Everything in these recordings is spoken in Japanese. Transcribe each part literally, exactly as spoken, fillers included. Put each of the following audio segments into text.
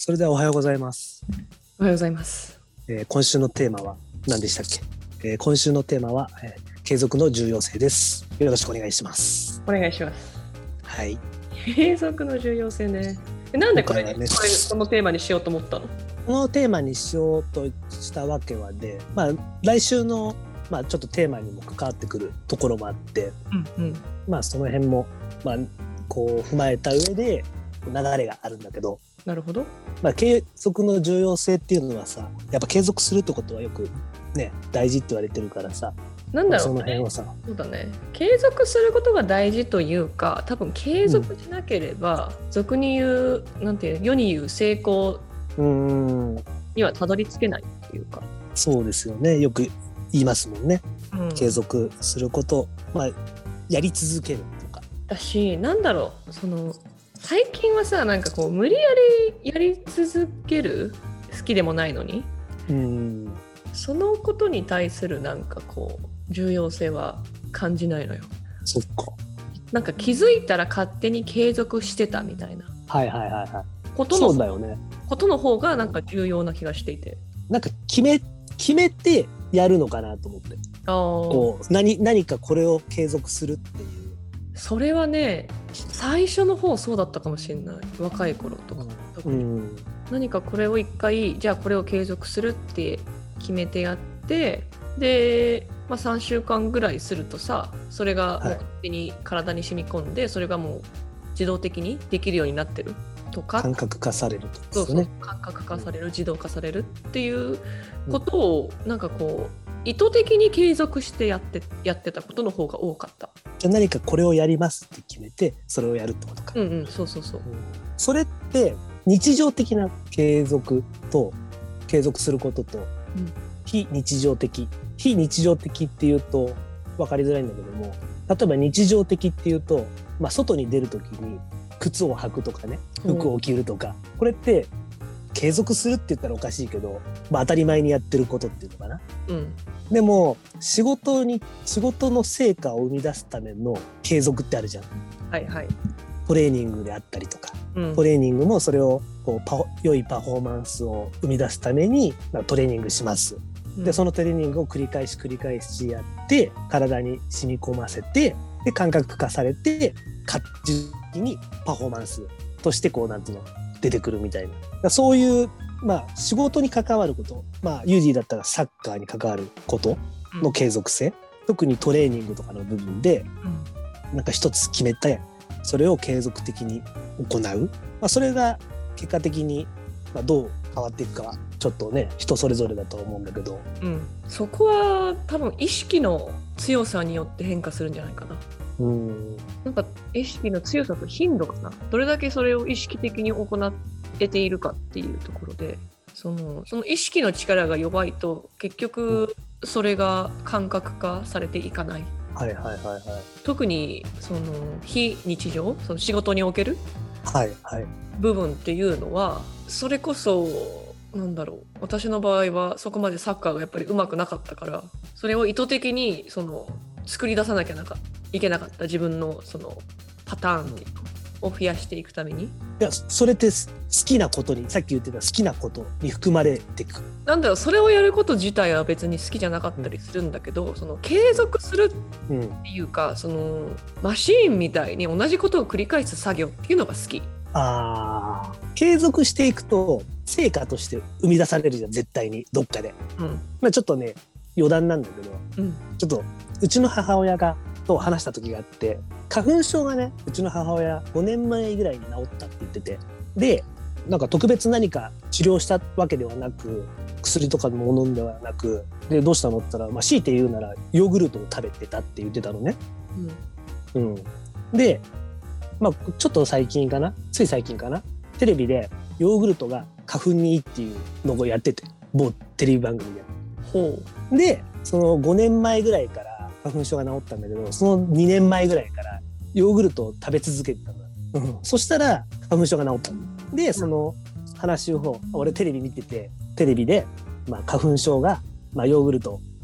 それではおはようございます。 おはようございます。 えー、今週のテーマは何でしたっけ？えー、今週のテーマは、えー、継続の重要性です。よろしくお願いします。 お願いします。 はい。 継続の重要性ね。なんでこれ、ね、これこのテーマにしようと思ったの？ このテーマにしようとしたわけはね、まあ来週のまあちょっとテーマにも関わってくるところもあって、うんうん、まあその辺もまあこう踏まえた上で流れがあるんだけど。 なるほど。 まあ、継続の重要性っていうのはさ、やっぱ継続するってことはよくね大事って言われてるからさ、 なんだろう、ね、 その辺をさ、 そうだね、継続することが大事というか、多分継続しなければ、うん、俗に言うなんていう世に言う成功にはたどり着けないっていうか。 そうですよね、よく言いますもんね、うん、継続すること、まあやり続けるとかだし、なんだろう、その最近はさ、なんかこう無理やりやり続ける、好きでもないのに、うん、そのことに対するなんかこう重要性は感じないのよ。 そっか。 なんか気づいたら勝手に継続してたみたいな、 はいはいはいはい、 ことのそうだよね、 ことの方がなんか重要な気がしていて、 なんか決め決めてやるのかなと思って、あこう 何, 何かこれを継続するっていう。 それはね、最初の方そうだったかもしれない。若い頃とか、うん、何かこれを一回、じゃあこれを継続するって決めてやって、で、まあ、さんしゅうかんぐらいするとさ、それがもう勝手に体に染み込んで、はい、それがもう自動的にできるようになってるとか、 感覚化されるとか、ね、 そうそう、感覚化される、自動化されるっていうことを、うん、なんかこう意図的に継続してやって、やってたことの方が多かった。 じゃあ何かこれをやりますって決めてそれをやるってことか。 うんうん、そうそうそう、うん、 それって日常的な継続と継続することと、うん、非日常的非日常的っていうと分かりづらいんだけども、例えば日常的っていうと、まあ、外に出るときに靴を履くとかね、服を着るとか、うん、これって継続するって言ったらおかしいけど、まあ、当たり前にやってることっていうのかな、うん、でも仕事に仕事の成果を生み出すための継続ってあるじゃん。はいはい。トレーニングであったりとか、うん、トレーニングもそれをこうパ良いパフォーマンスを生み出すために、まあ、トレーニングします、うん、でそのトレーニングを繰り返し繰り返しやって体に染み込ませて、で感覚化されて活字にパフォーマンスとしてこうなんていうの出てくるみたいな、そういう、まあ、仕事に関わること、まあ、ユージーだったらサッカーに関わることの継続性、うん、特にトレーニングとかの部分で、うん、なんか一つ決めてそれを継続的に行う、まあ、それが結果的に、まあ、どう変わっていくかはちょっとね人それぞれだと思うんだけど、 うん、そこは多分意識の強さによって変化するんじゃないかな。うん、なんか意識の強さと頻度かな、どれだけそれを意識的に行ってているかっていうところで、その、その意識の力が弱いと結局それが感覚化されていかない、はいはいはいはい、特にその非日常、その仕事における部分っていうのは、それこそなんだろう、私の場合はそこまでサッカーがやっぱり上手くなかったから、それを意図的にその作り出さなきゃなかいけなかった、自分のそのパターンっていうのを増やしていくために。いや、それって好きなことに、さっき言ってた好きなことに含まれていく。 なんだろう、それをやること自体は別に好きじゃなかったりするんだけど、うん、その継続するっていうか、うん、そのマシーンみたいに同じことを繰り返す作業っていうのが好き。あ、 継続していくと成果として生み出されるじゃん、絶対にどっかで、うん、まあちょっとね余談なんだけど、うん、ちょっとうちの母親がと話した時があって、花粉症がねうちの母親ごねんまえぐらいに治ったって言ってて、でなんか特別何か治療したわけではなく、薬とかも飲んではなく、でどうしたのって言ったら、まあ、強いて言うならヨーグルトを食べてたって言ってたのね、うんうん、で、まあ、ちょっと最近かなつい最近かなテレビでヨーグルトが花粉にいいっていうのをやってて、某テレビ番組で。ほうでそのごねんまえぐらいから花粉症が治ったんだけど、そのにねんまえぐらいからヨーグルトを食べ続けてたの、うん、そしたら花粉症が治ったので、その話を俺テレビ見てて、テレビで、まあ、花粉症が、まあ、ヨーグルトを食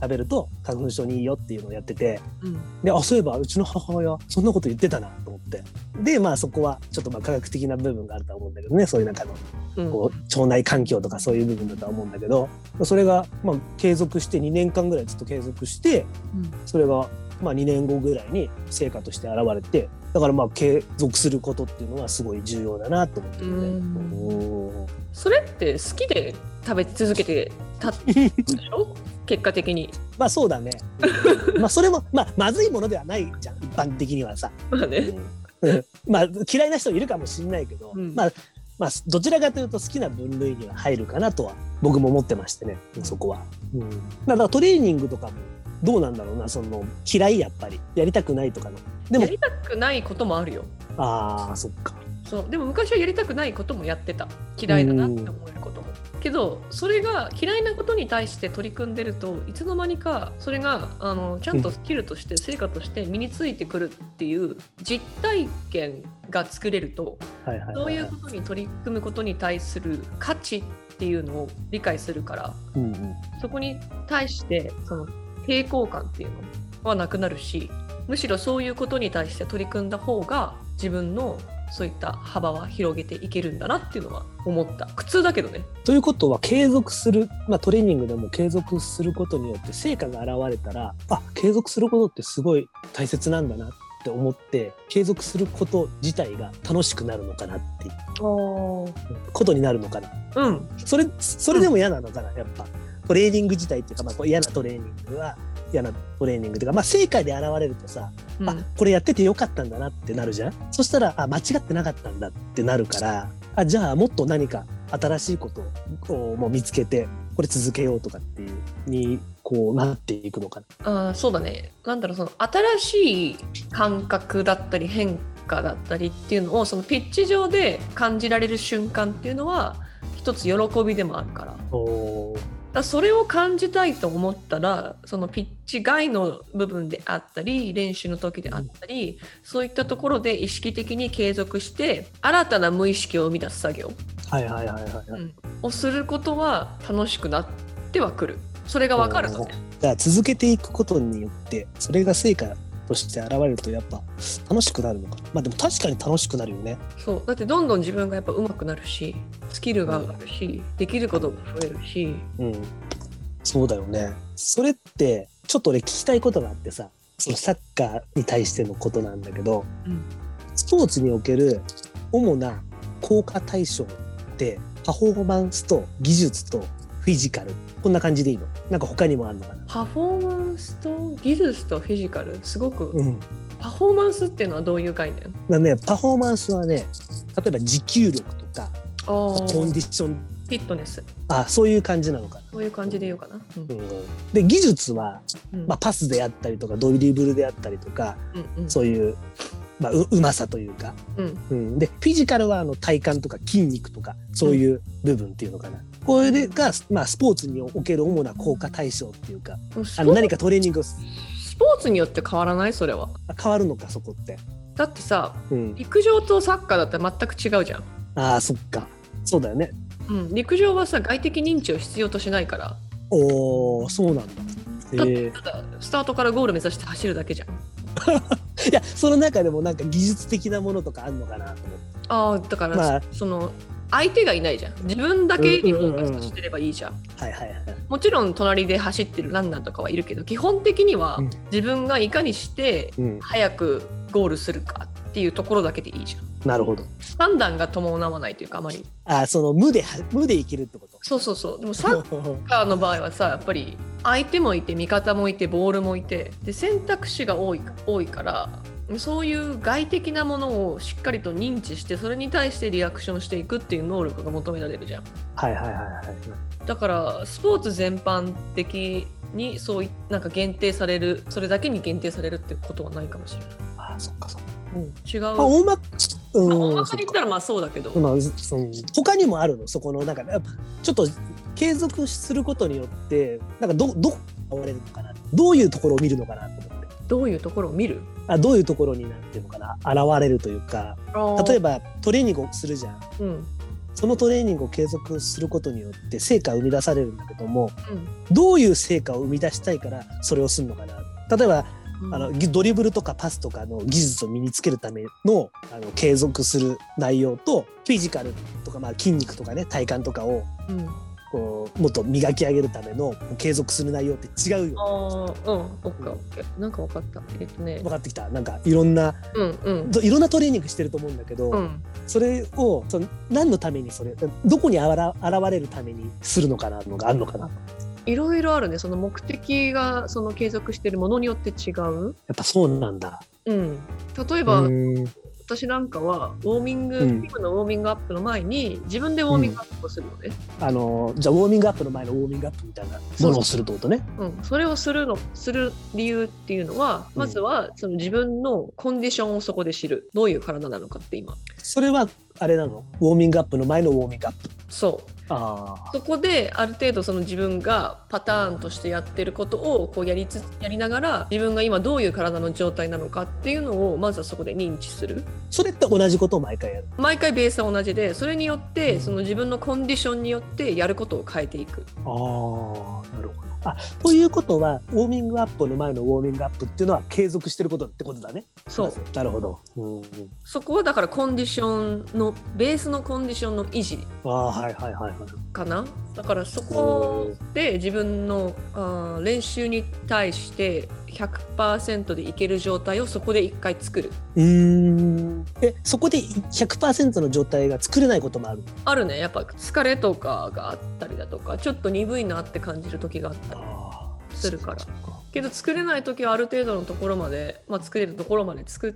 食べると花粉症にいいよっていうのをやってて、 うん、 であそういえばうちの母親そんなこと言ってたなと思って、でまあそこはちょっとまあ科学的な部分があると思うんだけどね、そういう中のこう腸内環境とかそういう部分だとは思うんだけど、それがまあ継続してにねんかんぐらいずっと継続して、うん、それがまあにねんごぐらいに成果として現れて、だからまあ継続することっていうのはすごい重要だなと思ってるね。うん、 それって好きで食べ続けてたでしょ結果的に。 まあそうだね。まあそれもまあまずいものではないじゃん、一般的にはさ。まあね。まあ嫌いな人いるかもしれないけど、うん、まあまあどちらかというと好きな分類には入るかなとは僕も思ってましてね、そこは。うん、だからトレーニングとかもどうなんだろうな、その嫌いやっぱりやりたくないとかの。 でもやりたくないこともあるよ。 ああそっか。 そうでも昔はやりたくないこともやってた。嫌いだなって思えることも。けどそれが嫌いなことに対して取り組んでるといつの間にかそれがあのちゃんとスキルとして成果として身についてくるっていう実体験が作れると、そういうことに取り組むことに対する価値っていうのを理解するから、うんうん、そこに対してその抵抗感っていうのはなくなるし、むしろそういうことに対して取り組んだ方が自分のそういった幅は広げていけるんだなっていうのは思った。苦痛だけどね。 ということは継続する、まあ、トレーニングでも継続することによって成果が現れたら、あ継続することってすごい大切なんだなって思って継続すること自体が楽しくなるのかなっていうことになるのかな。うん。それそれでも嫌なのかな、やっぱトレーニング自体っていうか、まあ、嫌なトレーニングは嫌なトレーニングというか、まあ、成果で現れるとさ、うん、あこれやっててよかったんだなってなるじゃん。そしたらあ間違ってなかったんだってなるから、あじゃあもっと何か新しいことをもう見つけてこれ続けようとかっていうにこうなっていくのかな。あそうだね。なんだろう、その新しい感覚だったり変化だったりっていうのをそのピッチ上で感じられる瞬間っていうのは一つ喜びでもあるから。おだそれを感じたいと思ったらそのピッチ外の部分であったり練習の時であったり、うん、そういったところで意識的に継続して新たな無意識を生み出す作業をすることは楽しくなってはくる。それが分かるとね。 じゃあ続けていくことによってそれが成果として現れるとやっぱ楽しくなるのかな。まあでも確かに楽しくなるよね。 そうだってどんどん自分がやっぱ上手くなるしスキルが上がるし、うん、できることが増えるし、うん、 そうだよね。それってちょっと俺聞きたいことがあってさ、そのサッカーに対してのことなんだけど、うん、スポーツにおける主な効果対象ってパフォーマンスと技術とフィジカル、こんな感じでいいの？なんか他にもあるのかな？ パフォーマンスと技術とフィジカル、すごく、うん、パフォーマンスっていうのはどういう概念？ だね、パフォーマンスはね、例えば持久力とかコンディション、 フィットネス、 あ、そういう感じなのかな。 そういう感じで言うかな。うんうん、で技術は、うんまあ、パスであったりとかドリブルであったりとか、うんうん、そういうまあ、う, うまさというか、うんうん、でフィジカルはあの体幹とか筋肉とかそういう部分っていうのかな、うん、これが、まあ、スポーツにおける主な効果対象っていうか、あの何かトレーニングをスポーツによって変わらない？それは変わるのか、そこって。 だってさ、うん、陸上とサッカーだったら全く違うじゃん。 あーそっか、そうだよね、 うん、陸上はさ外的認知を必要としないから。 おーそうなんだ。 だってただスタートからゴール目指して走るだけじゃん。 いやその中でもなんか技術的なものとかあるのかなと思って。 ああだから、まあ、その相手がいないじゃん。自分だけにフォーカスしてればいいじゃん。はいはいはい。もちろん隣で走ってるランナーとかはいるけど、基本的には自分がいかにして早くゴールするかっていうところだけでいいじゃん。 なるほど。 判断が伴わないというか、あまり。 あ、その無で無でいけるってこと。 そうそうそう。でもサッカーの場合はさ、やっぱり相手もいて味方もいてボールもいて、で選択肢が多い多いから、そういう外的なものをしっかりと認知して、それに対してリアクションしていくっていう能力が求められるじゃん。はいはいはいはい。だからスポーツ全般的にそういなんか限定される、それだけに限定されるってことはないかもしれない。ああ、そっかそっか。うん、違う。あ、大ま、うん、まあ、大まかに言ったらまあそうだけど、まあ、 その他にもあるの、そこのなんかやっぱちょっと継続することによってなんかどどこが現れるのかな、どういうところを見るのかなと思って。 どういうところを見る？ あ、どういうところになってるのかな、現れるというか、例えばトレーニングをするじゃん。うん、 そのトレーニングを継続することによって成果を生み出されるんだけども、 うん、 どういう成果を生み出したいからそれをするのかな。例えば、 うん、 あのドリブルとかパスとかの技術を身につけるため の, あの継続する内容と、フィジカルとか、まあ、筋肉とかね、体幹とかを、うん、こうもっと磨き上げるための継続する内容って違うよ。 ああ、うん、オッケーオッケー。なんか分かった。えっとね。 分かってきた。なんかいろんな、うんうん、いろんなトレーニングしてると思うんだけど、うん、それをその何のためにそれ、どこにあら現れるためにするのかなのがあるのかな。 いろいろあるね。その目的がその継続してるものによって違う。 やっぱそうなんだ。 うん。例えば私なんかはウォーミング、うん、チームのウォーミングアップの前に自分でウォーミングアップをするのね、 うん、あのじゃあウォーミングアップの前のウォーミングアップみたいなものをするってことね。 そうそう、うん、それをするのする理由っていうのは、まずはその自分のコンディションをそこで知る。どういう体なのかって。今それはあれなの？ウォーミングアップの前のウォーミングアップ。 そう。あ、そこである程度その自分がパターンとしてやってることをこうやりつやりながら、自分が今どういう体の状態なのかっていうのをまずはそこで認知する。 それって同じことを毎回やる？ 毎回ベースは同じで、それによってその自分のコンディションによってやることを変えていく。 ああ、なるほど。あ、ということはウォーミングアップの前のウォーミングアップっていうのは継続してることってことだね。 そう。 なるほど。うんうん、 そこはだからコンディションのベースのコンディションの維持。 ああ、はいはいはいはい。 かな。だからそこで自分のあ練習に対してひゃくパーセント でいける状態をそこで一回作る。 うーん。え、そこで ひゃくパーセント の状態が作れないこともある？ あるね。やっぱ疲れとかがあったりだとか、ちょっと鈍いなって感じる時があったりするから。けど作れない時はある程度のところまで、まあ、作れるところまで作って、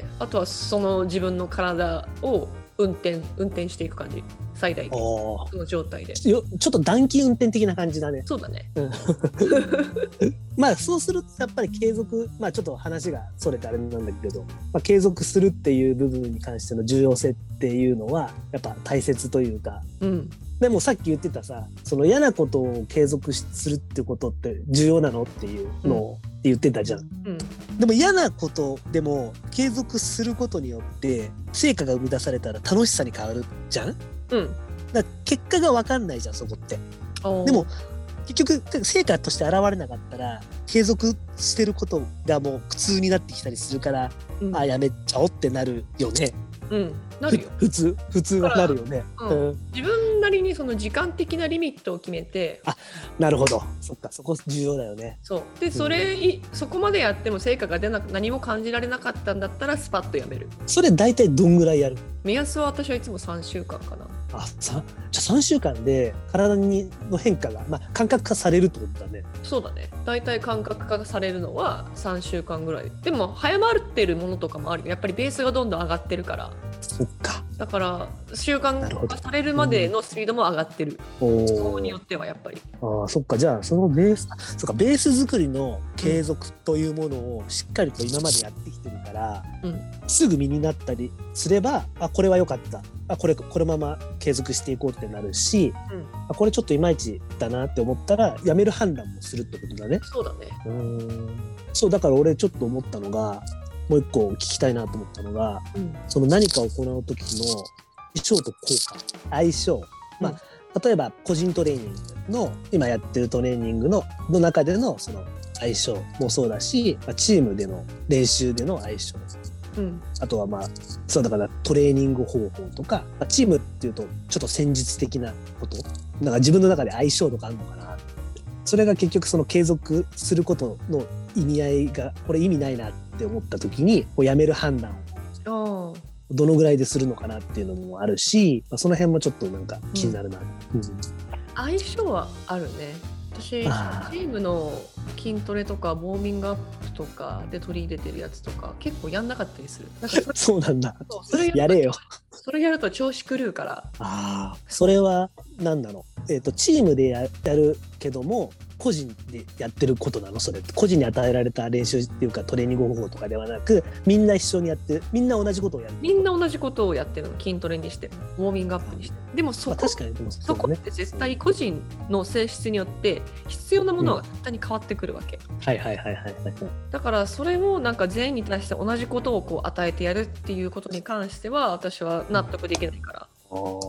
あとはその自分の体を運転運転していく感じ。最大限その状態でよ、ちょっと短期運転的な感じだね。 そうだね、 うん、まあそうするとやっぱり継続、まあちょっと話がそれてあれなんだけど、まあ、継続するっていう部分に関しての重要性っていうのはやっぱ大切というか、うん、でもさっき言ってたさ、その嫌なことを継続するってことって重要なのっていうのを、うんって言ってたじゃん、うん、でも嫌なことでも継続することによって成果が生み出されたら楽しさに変わるじゃん、うん、だから結果が分かんないじゃんそこって。でも結局成果として現れなかったら継続してることがもう苦痛になってきたりするから、うん、あやめちゃおうってなるよね。 うん、なるよ。 普通普通はなるよね、 うんうん、自分なりにその時間的なリミットを決めて。 あ、なるほど。そっか、そこ重要だよね。 そうでそれ、うん、そこまでやっても成果が出なく何も感じられなかったんだったらスパッとやめる。 それ大体どんぐらいやる？ 目安は私はいつもさんしゅうかんかな。 あ、さじゃあさんしゅうかんで体にの変化が、まあ、感覚化されるってことだね。 そうだね。大体感覚化されるのはさんしゅうかんぐらいでも早まってるものとかもあるよ。やっぱりベースがどんどん上がってるから。 そっか。 だから習慣化されるまでのスピードも上がってる。人によってはやっぱり。 ああ、そっか。じゃあそのベース、そっか、ベース作りの継続というものをしっかりと今までやってきてるから、うん、すぐ身になったりすれば、あ、これは良かった。あ、これこのまま継続していこうってなるし、うん、あ、これちょっといまいちだなって思ったらやめる判断もするってことだね。 そうだね。 うーん、そうだから俺ちょっと思ったのが、もう一個聞きたいなと思ったのが、うん、その何かを行う時の相性と効果、相性、まあ、うん、例えば個人トレーニングの今やってるトレーニングのの中でのその相性もそうだし、チームでの練習での相性、うん、あとはまあそうだからトレーニング方法とか、まあ、チームっていうとちょっと戦術的なこと、なんか自分の中で相性とかあるのかな。それが結局その継続することの意味合いがこれ意味ないなって思った時にこうやめる判断をどのぐらいでするのかなっていうのもあるし、まあ、その辺もちょっとなんか気になるな、うんうん、 相性はあるね。私チームの筋トレとかウォーミングアップとかで取り入れてるやつとか結構やんなかったりする。なんか そ, そうなんだ。 そうそれ や, やれよ。 それやると調子狂うから。 ああ、それは何なの？えっとチームで や, やるけども個人でやってることなの？それ個人に与えられた練習っていうかトレーニング方法とかではなく、みんな一緒にやってみんな同じことをやる。 みんな同じことをやってるの。筋トレにしてウォーミングアップにして、でもそこ、まあ、確かにでも そ, そこって絶対個人の性質によって必要なものが絶対に変わってくるわけ、うん、 はいはいはいはい。 だからそれをなんか全員に対して同じことをこう与えてやるっていうことに関しては私は納得できないから。 あ、そ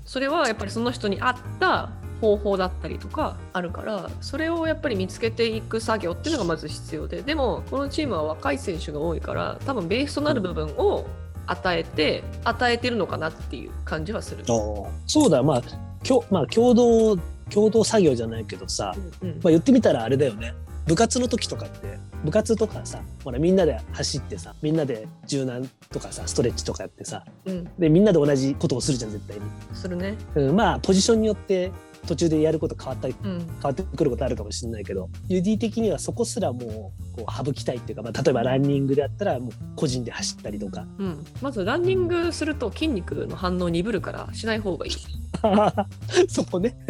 それはやっぱりその人に合った方法だったりとかあるから、それをやっぱり見つけていく作業っていうのがまず必要で、でもこのチームは若い選手が多いから多分ベースとなる部分を与えて与えてるのかなっていう感じはする。 そうだ、まあ共、まあ、共同共同作業じゃないけどさ、うんうん、まあ、言ってみたらあれだよね。部活の時とかって部活とかさ、ほらみんなで走ってさ、みんなで柔軟とかさストレッチとかやってさ、うん、でみんなで同じことをするじゃん絶対に。 するね、 うん、まあポジションによって途中でやること変わったり、うん、変わってくることあるかもしれないけど、 ユーディー 的にはそこすらもうこう省きたいっていうか、まあ、例えばランニングであったらもう個人で走ったりとか、 うん、まずランニングすると筋肉の反応鈍るからしない方がいい。 そこね。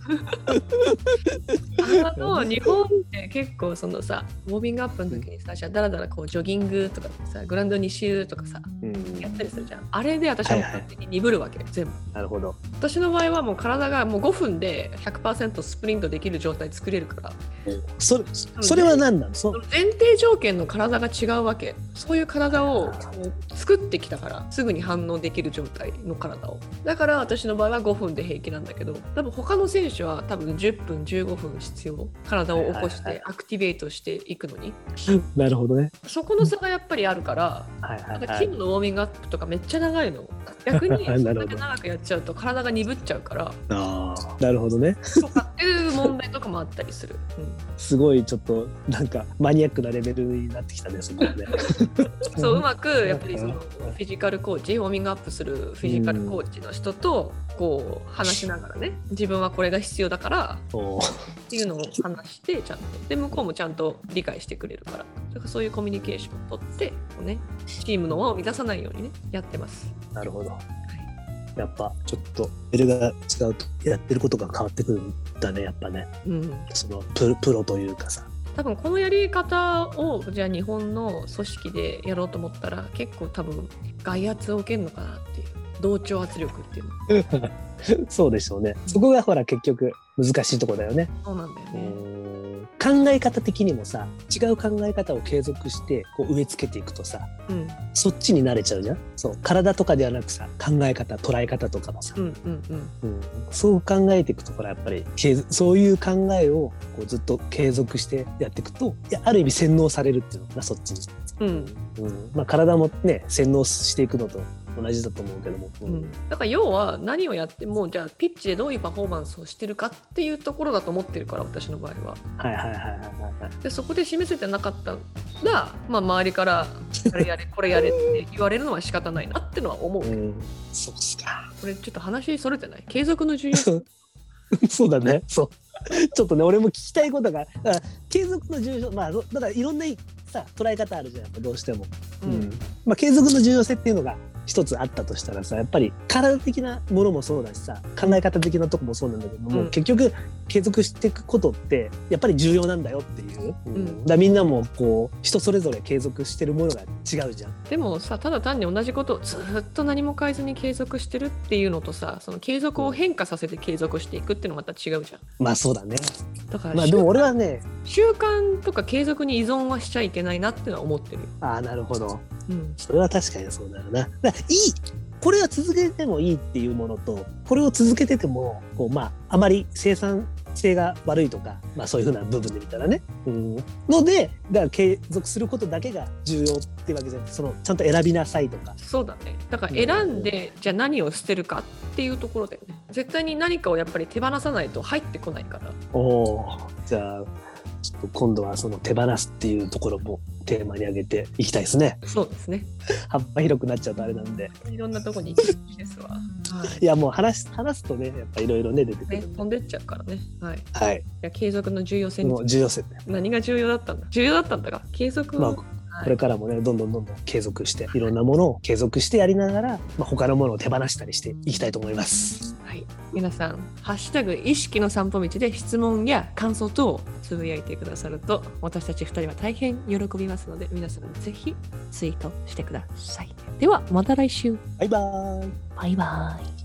あの日本って結構そのさ、ウォーミングアップの時にさ、じゃあだらだらこうジョギングとかさ、グラウンドに周とかさ、うん、やったりするじゃん。あれで私は勝手に鈍るわけ、はいはい、全部。 なるほど。 私の場合はもう体がもうごふんで ひゃくパーセント スプリントできる状態作れるから。 それ、それは何なの？そ前提条件の体が違うわけ。そういう体を作ってきたから、すぐに反応できる状態の体を。だから私の場合はごふんで平気なんだけど、多分他の選手は多分じゅっぷんじゅうごふん必要。体を起こしてアクティベートしていくのに。 なるほどね。 そこの差がやっぱりあるから、はいはいはい、チームのウォーミングアップとかめっちゃ長いの。逆にそれだけ長くやっちゃうと体が鈍っちゃうから。 ああ、なるほどね。 とかっていう問題とかもあったりする。うん、 すごいちょっとなんかマニアックなレベルになってきたね、そこね。 そう、うまくやっぱりそのフィジカルコーチ、ウォーミングアップするフィジカルコーチの人とこう話しながらね、自分はこれが必要だからっていうのを話してちゃんと、で向こうもちゃんと理解してくれるから、だからそういうコミュニケーションを取ってこう、ね、チームの輪を乱さないようにねやってます。 なるほど。はい、やっぱちょっとレベルが違うとやってることが変わってくるんだね、やっぱね。うん、その プ, プロというかさ。 多分このやり方をじゃあ日本の組織でやろうと思ったら結構多分外圧を受けるのかなっていう、同調圧力っていうの。 そうでしょうね。そこがほら結局難しいとこだよね。 そうなんだよね。 考え方的にもさ、違う考え方を継続してこう植え付けていくとさ、うん、そっちに慣れちゃうじゃん。そう体とかではなくさ、考え方捉え方とかもさ、うんうんうんうん、そう考えていくところやっぱりそういう考えをこうずっと継続してやっていくと、いやある意味洗脳されるっていうのかな、そっちに。うんうんまあ、体もね洗脳していくのと同じだと思うけども、うん、 だから要は何をやってもじゃあピッチでどういうパフォーマンスをしてるかっていうところだと思ってるから、私の場合は。 はいはいはいはいはい。 でそこで示せてなかったら、まあ、周りからこれやれこれやれって言われるのは仕方ないなってのは思う。うん、 そうっすか。 これちょっと話それてない？継続の重要性。 そうだね。そう。ちょっとね俺も聞きたいことが、だから継続の重要性、まあだからいろんなさ捉え方あるじゃん、やっぱどうしても。うん。まあ継続の重要性っていうのが一つあったとしたらさ、やっぱり体的なものもそうだしさ、考え方的なとこもそうなんだけども、うん、結局継続していくことってやっぱり重要なんだよっていう、うん、だみんなもこう人それぞれ継続してるものが違うじゃん。 でもさ、ただ単に同じことをずっと何も変えずに継続してるっていうのとさ、その継続を変化させて継続していくっていうのまた違うじゃん。 まあそうだね。 だからまあでも俺はね、 習慣とか継続に依存はしちゃいけないなってのは思ってるよ。 ああなるほど、うん、それは確かにそうだよな。だからいい、これは続けてもいいっていうものと、これを続けててもこう、まあ、あまり生産性が悪いとか、まあ、そういう風な部分で見たらね、うん、のでだから継続することだけが重要っていうわけじゃなくて、そのちゃんと選びなさいとか。 そうだね。だから選んで、うん、じゃあ何を捨てるかっていうところだよね。絶対に何かをやっぱり手放さないと入ってこないから。 おー、じゃあちょっと今度はその手放すっていうところもテーマに挙げていきたいですね。 そうですね。 幅広くなっちゃうとあれなんで、 いろんなところに行きたいですわ。はい、 いやもう話話すとね、やっぱいろいろね出てくる、ね、 飛んでっちゃうからね。はい。 はい。 いや継続の重要性に重要性、 何が重要だったんだ。重要だったんだが継続。まあこれからもねどんどんどんどん継続して、いろんなものを継続してやりながら、まあ、他のものを手放したりしていきたいと思います。 はい、皆さんハッシュタグ意識の散歩道で質問や感想等をつぶやいてくださると、私たちふたりは大変喜びますので、皆さんぜひツイートしてください。ではまた来週。 バイバーイ。 バイバイ。